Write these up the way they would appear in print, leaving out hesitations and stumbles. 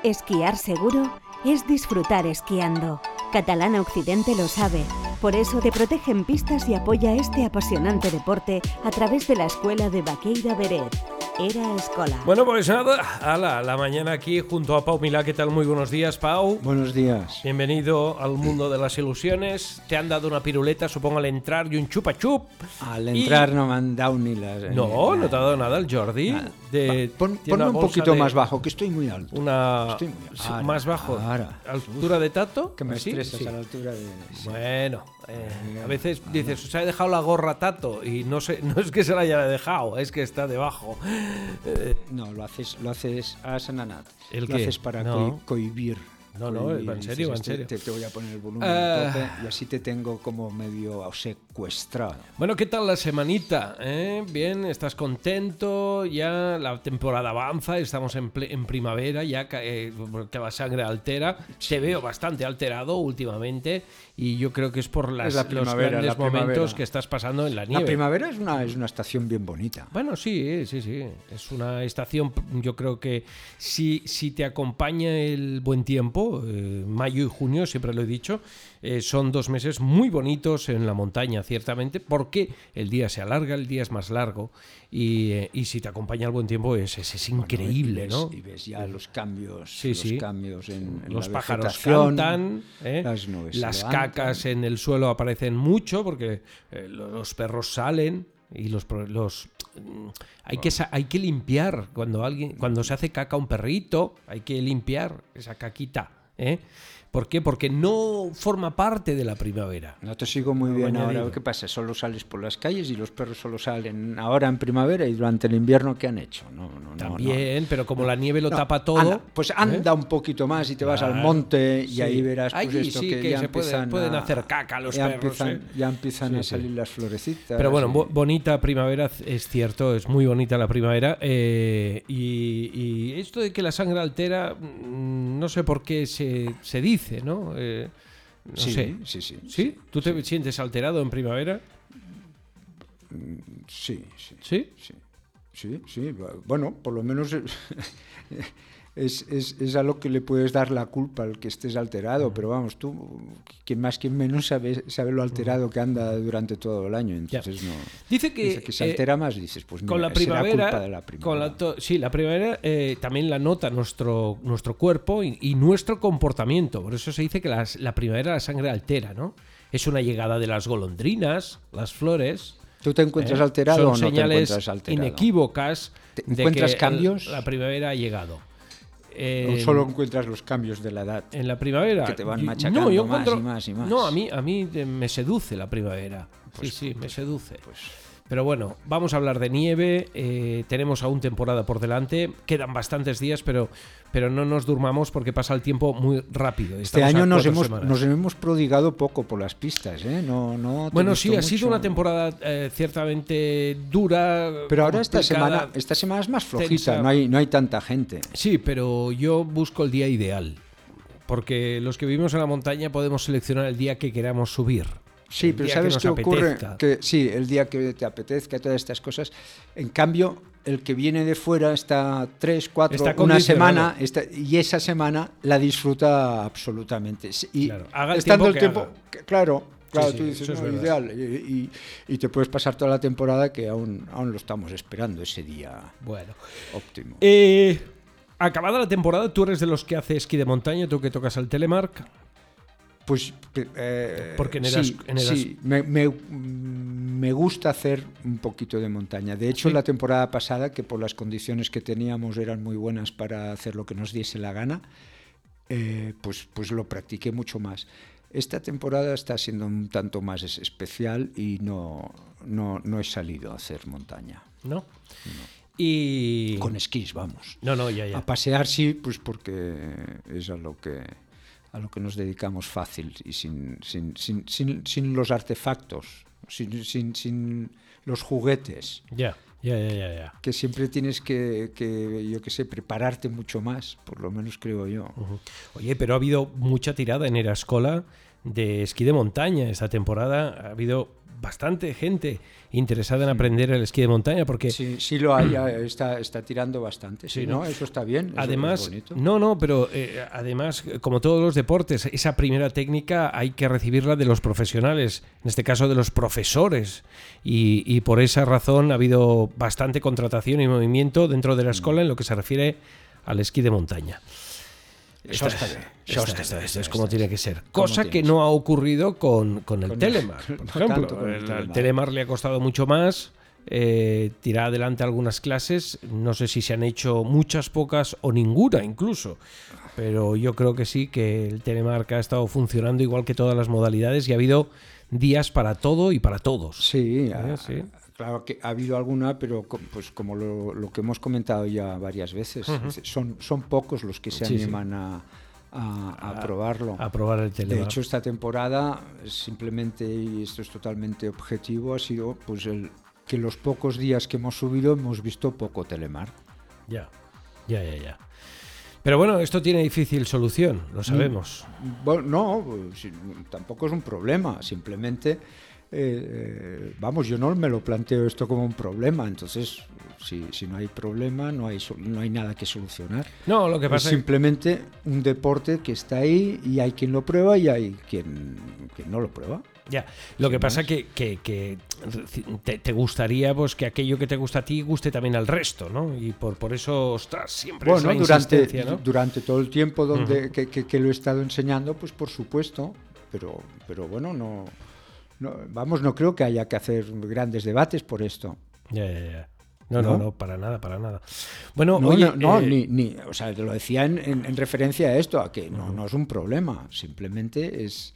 Esquiar seguro es disfrutar esquiando. Catalana Occidente lo sabe. Por eso te protege en pistas y apoya este apasionante deporte a través de la escuela de Baqueira Beret. Era Escola. Bueno, pues nada, la mañana aquí junto a Pau Milá. ¿Qué tal? Muy buenos días, Pau. Buenos días. Bienvenido al mundo de las ilusiones. Te han dado una piruleta, supongo, al entrar y un chupa chup. Al entrar no me han dado ni las... No te ha dado nada el Jordi. Ponme un poquito más bajo, que estoy muy alto. Estoy muy alto. Más bajo. Ahora. ¿Altura de Tato? Que me ¿Así? estresas Sí. a la altura de... Sí. Bueno, a veces dices, se ha dejado la gorra Tato y no es que se la haya dejado, es que está debajo. No, lo haces a Sananat. ¿El lo qué? haces para No. cohibir. No, va en serio, va en serio. Te voy a poner el volumen a tope y así te tengo como medio secuestrado. Bueno, ¿qué tal la semanita? Bien, ¿estás contento? Ya la temporada avanza, estamos en primavera, ya que la sangre altera. Te veo bastante alterado últimamente y yo creo que es por los grandes momentos que estás pasando en la nieve. La primavera es una estación bien bonita. Bueno, sí. Es una estación, yo creo que si te acompaña el buen tiempo, mayo y junio, siempre lo he dicho, son 2 meses muy bonitos en la montaña, ciertamente, porque el día se alarga, el día es más largo y si te acompaña el buen tiempo es increíble, ¿no? Y ves ya los cambios, cambios en los la pájaros vegetación, cantan, las nubes las cacas en el suelo aparecen mucho porque los perros salen y hay que limpiar cuando se hace caca un perrito, hay que limpiar esa caquita, ¿eh? ¿Por qué? Porque no forma parte de la primavera. No te sigo muy bien ahora. ¿Qué pasa? Solo sales por las calles y los perros solo salen ahora en primavera y durante el invierno, ¿qué han hecho? También, pero como la nieve lo tapa todo... Anda un poquito más y te vas al monte y ahí verás Allí esto sí que ya se pueden hacer caca los perros. Ya empiezan a salir las florecitas. Pero bueno, bonita primavera, es cierto, es muy bonita la primavera. Y esto de que la sangre altera, no sé por qué se dice, ¿no? No sé. Sí. ¿Tú te sientes alterado en primavera? Sí. ¿Sí? Sí. Bueno, por lo menos es a lo que le puedes dar la culpa al que estés alterado, pero vamos, tú, quien más, quien menos, sabe lo alterado que anda durante todo el año. Entonces no. Dice que se altera más, dices, pues mira, con la primavera, será culpa de la primavera. La primavera también la nota nuestro cuerpo y nuestro comportamiento. Por eso se dice que la primavera la sangre altera, ¿no? Es una llegada de las golondrinas, las flores. ¿Tú te encuentras alterado o no te señales encuentras alterado? Inequívocas ¿Encuentras de que cambios? La primavera ha llegado. ¿O solo encuentras los cambios de la edad? En la primavera. Que te van machacando más y más. No, a mí me seduce la primavera. Sí, me seduce. Pero bueno, vamos a hablar de nieve. Tenemos aún temporada por delante. Quedan bastantes días, pero no nos durmamos porque pasa el tiempo muy rápido. Este año nos hemos prodigado poco por las pistas, ¿eh? Bueno, sí, ha sido una temporada ciertamente dura. Pero ahora esta semana es más flojita, no hay tanta gente. Sí, pero yo busco el día ideal. Porque los que vivimos en la montaña podemos seleccionar el día que queramos subir. Sí, pero ¿sabes qué ocurre? Que sí, el día que te apetezca, todas estas cosas. En cambio, el que viene de fuera está 3, 4, una semana, y esa semana la disfruta absolutamente. Y claro, haga estando el tiempo. Claro, Sí, tú dices, eso es ideal. Y te puedes pasar toda la temporada que aún lo estamos esperando, ese día óptimo. Acabada la temporada, ¿tú eres de los que hace esquí de montaña, tú que tocas al Telemark? Pues porque sí, me gusta hacer un poquito de montaña. De hecho, la temporada pasada, que por las condiciones que teníamos eran muy buenas para hacer lo que nos diese la gana, pues lo practiqué mucho más. Esta temporada está siendo un tanto más especial y no he salido a hacer montaña. ¿No? Y con esquís, vamos. Ya. A pasear sí, pues porque es a lo que nos dedicamos fácil y sin los artefactos, sin los juguetes. Ya. Que siempre tienes que yo qué sé, prepararte mucho más, por lo menos creo yo. Uh-huh. Oye, pero ha habido mucha tirada en Era Escola de esquí de montaña esta temporada. Ha habido bastante gente interesada en aprender el esquí de montaña, porque sí lo hay, está tirando bastante, sí, ¿no? Eso está bien, eso además, es bonito. pero además, como todos los deportes, esa primera técnica hay que recibirla de los profesionales, en este caso de los profesores, y por esa razón ha habido bastante contratación y movimiento dentro de la escuela en lo que se refiere al esquí de montaña. Eso está bien. Es como tiene que ser. Cosa que no ha ocurrido con el Telemark, por ejemplo. El Telemark le ha costado mucho más tirar adelante algunas clases. No sé si se han hecho muchas, pocas o ninguna incluso. Pero yo creo que sí, que el Telemark ha estado funcionando igual que todas las modalidades y ha habido días para todo y para todos. Sí, sí. Claro que ha habido alguna, pero pues como lo que hemos comentado ya varias veces, son pocos los que se animan a probarlo. A probar el Telemark. De hecho, esta temporada, simplemente, y esto es totalmente objetivo, ha sido pues que los pocos días que hemos subido hemos visto poco Telemark. Ya. Pero bueno, esto tiene difícil solución, lo sabemos. Bueno, no, tampoco es un problema, simplemente... vamos, yo no me lo planteo esto como un problema, entonces si no hay problema no hay nada que solucionar. No, lo que pasa es simplemente un deporte que está ahí y hay quien lo prueba y hay quien no lo prueba. Ya, lo que pasa que te gustaría pues que aquello que te gusta a ti guste también al resto, ¿no? Y por eso, ostras, siempre es la insistencia, ¿no? Durante todo el tiempo que lo he estado enseñando, pues por supuesto, pero bueno, no, no creo que haya que hacer grandes debates por esto. Ya. No, para nada. Bueno, o sea, te lo decía en referencia a esto, a que no es un problema, simplemente es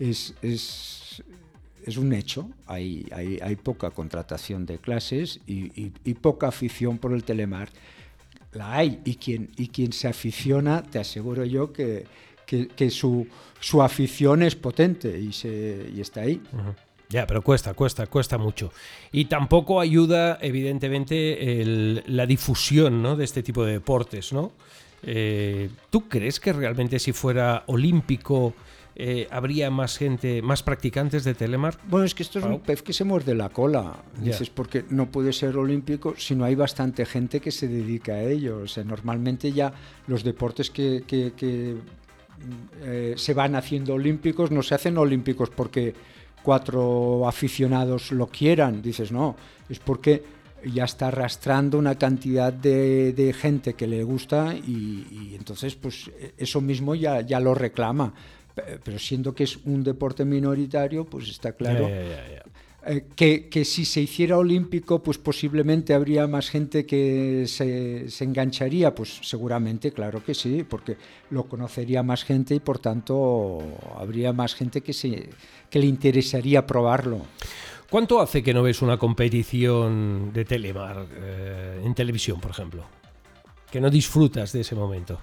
un hecho. Hay poca contratación de clases y poca afición por el Telemark. La hay, y quien se aficiona, te aseguro yo que su afición es potente y está ahí. Ya, pero cuesta mucho. Y tampoco ayuda, evidentemente, la difusión, ¿no?, de este tipo de deportes, ¿no? ¿Tú crees que realmente si fuera olímpico habría más gente, más practicantes de Telemark? Bueno, es que esto es un pez que se muerde la cola. Dices, porque no puede ser olímpico si no hay bastante gente que se dedica a ello. O sea, normalmente ya los deportes que se van haciendo olímpicos no se hacen olímpicos porque 4 aficionados lo quieran. Dices, no, es porque ya está arrastrando una cantidad de gente que le gusta y entonces pues eso mismo ya lo reclama. Pero siendo que es un deporte minoritario, pues está claro que si se hiciera olímpico, pues posiblemente habría más gente que se engancharía. Pues seguramente, claro que sí, porque lo conocería más gente y por tanto habría más gente que le interesaría probarlo. ¿Cuánto hace que no ves una competición de Telemark en televisión, por ejemplo? Que no disfrutas de ese momento.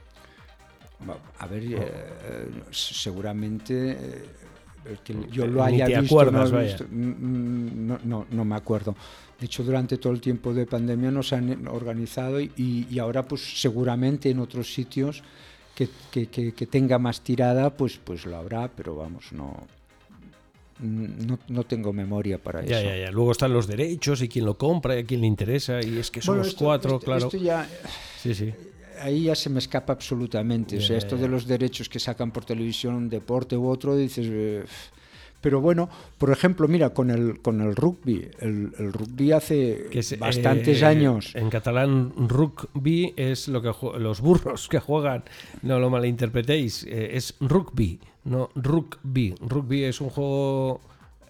A ver, seguramente que yo lo haya visto, acuerdas, no me acuerdo. De hecho, durante todo el tiempo de pandemia nos han organizado y ahora pues seguramente en otros sitios que tenga más tirada pues lo habrá, pero vamos, no tengo memoria para eso. Ya. Luego están los derechos y quién lo compra y a quién le interesa, y es que son los 4, claro. Esto ya... Sí. Ahí ya se me escapa absolutamente. O sea, esto de los derechos que sacan por televisión, un deporte u otro, dices... Pero bueno, por ejemplo, mira, con el rugby. El rugby hace bastantes años. En catalán, rugby es lo que los burros que juegan. No lo malinterpretéis. Es rugby, no rugby. Rugby es un juego...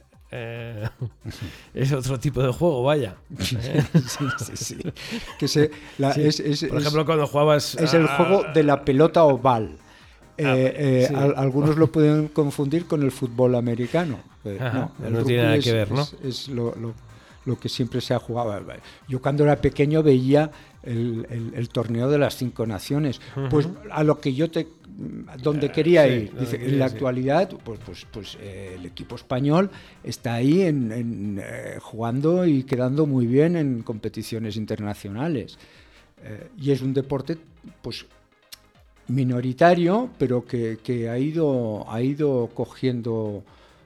es otro tipo de juego, vaya. Sí. Por ejemplo, cuando jugabas... Es el juego de la pelota oval. Algunos lo pueden confundir con el fútbol americano. No tiene nada que ver, ¿no? Es lo que siempre se ha jugado. Yo cuando era pequeño veía el torneo de las 5 naciones. Pues a lo que donde quería ir. Dice, en la actualidad, pues el equipo español está ahí jugando y quedando muy bien en competiciones internacionales. Y es un deporte, pues, minoritario, pero que ha ido cogiendo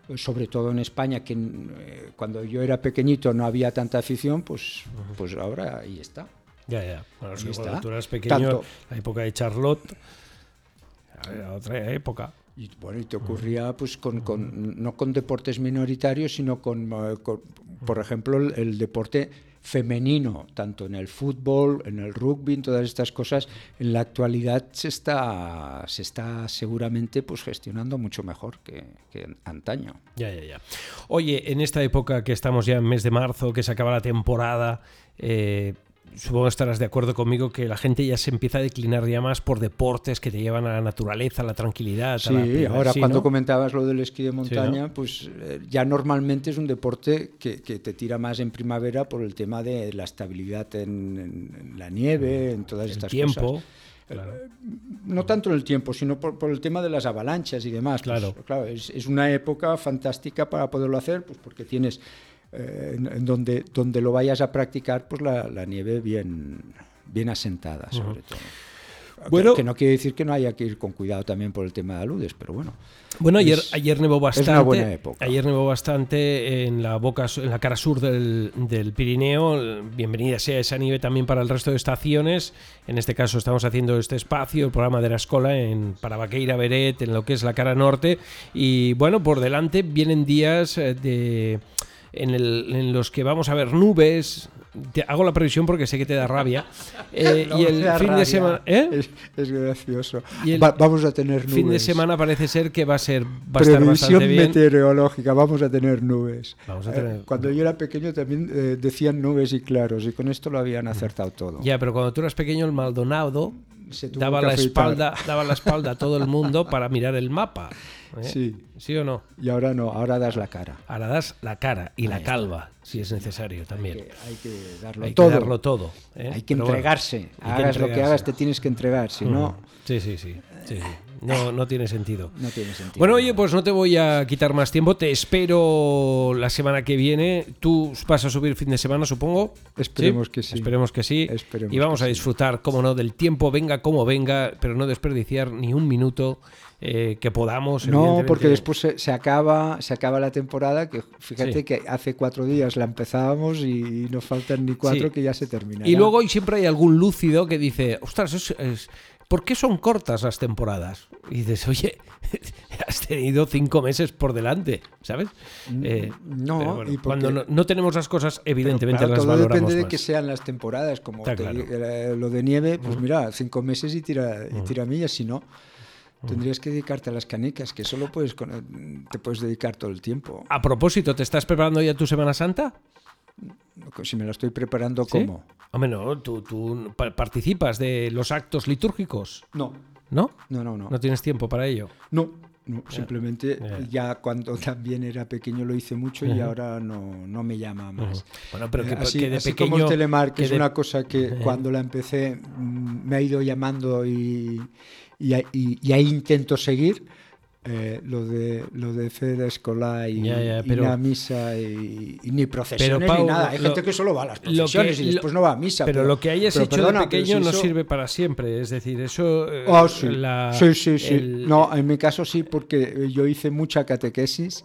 sobre todo en España, que cuando yo era pequeñito no había tanta afición, pues ahora ahí está. Ya. Bueno, Ahí cuando está. tú eras pequeño, Tanto. la época de Charlotte, era otra época. Y bueno, y te ocurría pues no con deportes minoritarios, sino con por ejemplo, el deporte femenino, tanto en el fútbol, en el rugby, en todas estas cosas. En la actualidad se está seguramente pues gestionando mucho mejor que antaño. Ya. Oye, en esta época que estamos ya en mes de marzo, que se acaba la temporada, supongo que estarás de acuerdo conmigo que la gente ya se empieza a declinar ya más por deportes que te llevan a la naturaleza, a la tranquilidad. Sí, ahora cuando ¿no? comentabas lo del esquí de montaña, sí, ¿no? pues ya normalmente es un deporte que te tira más en primavera por el tema de la estabilidad en la nieve, en todas estas tiempo, cosas. Claro. No tanto en el tiempo, sino por el tema de las avalanchas y demás. Claro. Pues, claro, es una época fantástica para poderlo hacer, pues porque tienes en donde lo vayas a practicar, pues la nieve bien asentada, sobre todo. Bueno, que no quiere decir que no haya que ir con cuidado también por el tema de aludes, pero bueno. Bueno, ayer nevó bastante. Es una buena época. Ayer nevó bastante en la cara sur del Pirineo. Bienvenida sea esa nieve también para el resto de estaciones. En este caso estamos haciendo este espacio, el programa de la escola para Baqueira Beret, en lo que es la cara norte. Y bueno, por delante vienen días en los que vamos a ver nubes. Te hago la previsión porque sé que te da rabia. No, y el fin de semana. Es gracioso. Y vamos a tener nubes. Fin de semana parece ser que va a estar Previsión bastante bien. meteorológica, vamos a tener nubes. Vamos a tener... Cuando yo era pequeño también decían nubes y claros, y con esto lo habían acertado todo. Ya, pero cuando tú eras pequeño, el Maldonado daba la espalda a todo el mundo para mirar el mapa. ¿Sí o no? Y ahora no, ahora das la cara. Ahora das la cara y la calva, si es necesario también. Hay que darlo hay todo. Que darlo todo. Hay que entregarse. Hagas lo que hagas, te tienes que entregar, si no... Sí. No tiene sentido. No tiene sentido. Bueno, oye, pues no te voy a quitar más tiempo. Te espero la semana que viene. Tú vas a subir fin de semana, supongo. Esperemos que sí. Esperemos que sí. Y vamos a disfrutar, cómo no, del tiempo, venga como venga, pero no desperdiciar ni un minuto que podamos. No, porque después se acaba la temporada, que fíjate que hace 4 días la empezábamos y nos faltan ni 4 que ya se terminará. Y luego siempre hay algún lúcido que dice, ostras, ¿por qué son cortas las temporadas? Y dices, oye, has tenido 5 meses por delante, ¿sabes? No, bueno, y cuando no tenemos las cosas, evidentemente claro, las todo valoramos depende de más. que sean las temporadas, como Claro. lo de nieve, pues mira, 5 meses y tira millas, si no... Tendrías que dedicarte a las canicas, que solo te puedes dedicar todo el tiempo. A propósito, ¿te estás preparando ya tu Semana Santa? Si me la estoy preparando, ¿Sí? ¿cómo? Hombre, no, tú participas de los actos litúrgicos. No. ¿No? No. ¿No tienes tiempo para ello? No, simplemente ya cuando también era pequeño lo hice mucho y ahora no me llama más. Bueno, pero así que de pequeño... como el Telemar, que es una cosa que cuando la empecé me ha ido llamando y ahí intento seguir. Lo de Fed Escolar y la misa y ni procesiones pero, Pau, ni nada. Hay gente que solo va a las procesiones y después no va a misa. Pero lo que hayas hecho de pequeño no eso... sirve para siempre. Es decir, eso... Sí. No, en mi caso sí, porque yo hice mucha catequesis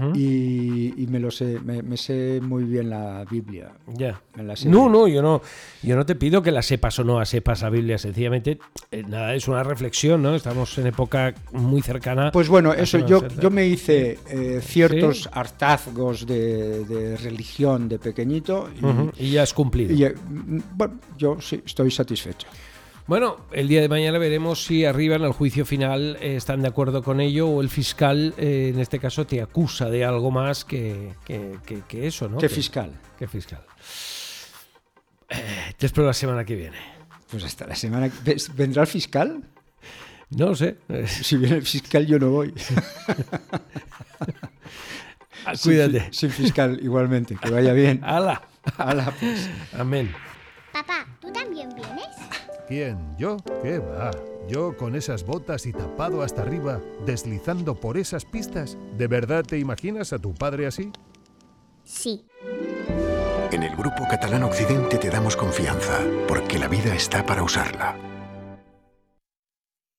y me lo sé, me sé muy bien la Biblia. Ya. No, yo no te pido que la sepas o no sepas la Biblia. Sencillamente, nada, es una reflexión, ¿no? Estamos en época muy cercana. Pues bueno, eso yo me hice ciertos hartazgos de religión de pequeñito y ya has cumplido. Bueno, yo sí estoy satisfecho. Bueno, el día de mañana veremos si arriba en el juicio final están de acuerdo con ello o el fiscal, en este caso, te acusa de algo más que eso, ¿no? ¿Qué fiscal? ¿Qué fiscal? Te espero la semana que viene. Pues hasta la semana... ¿Vendrá el fiscal? No lo sé. Si viene el fiscal yo no voy. Cuídate. Sin fiscal igualmente, que vaya bien. ¡Hala! Pues. Amén. Papá, ¿tú también vienes? ¿Quién? ¿Yo? ¿Qué va? ¿Yo con esas botas y tapado hasta arriba, deslizando por esas pistas? ¿De verdad te imaginas a tu padre así? Sí. En el Grupo Catalán Occidente te damos confianza, porque la vida está para usarla.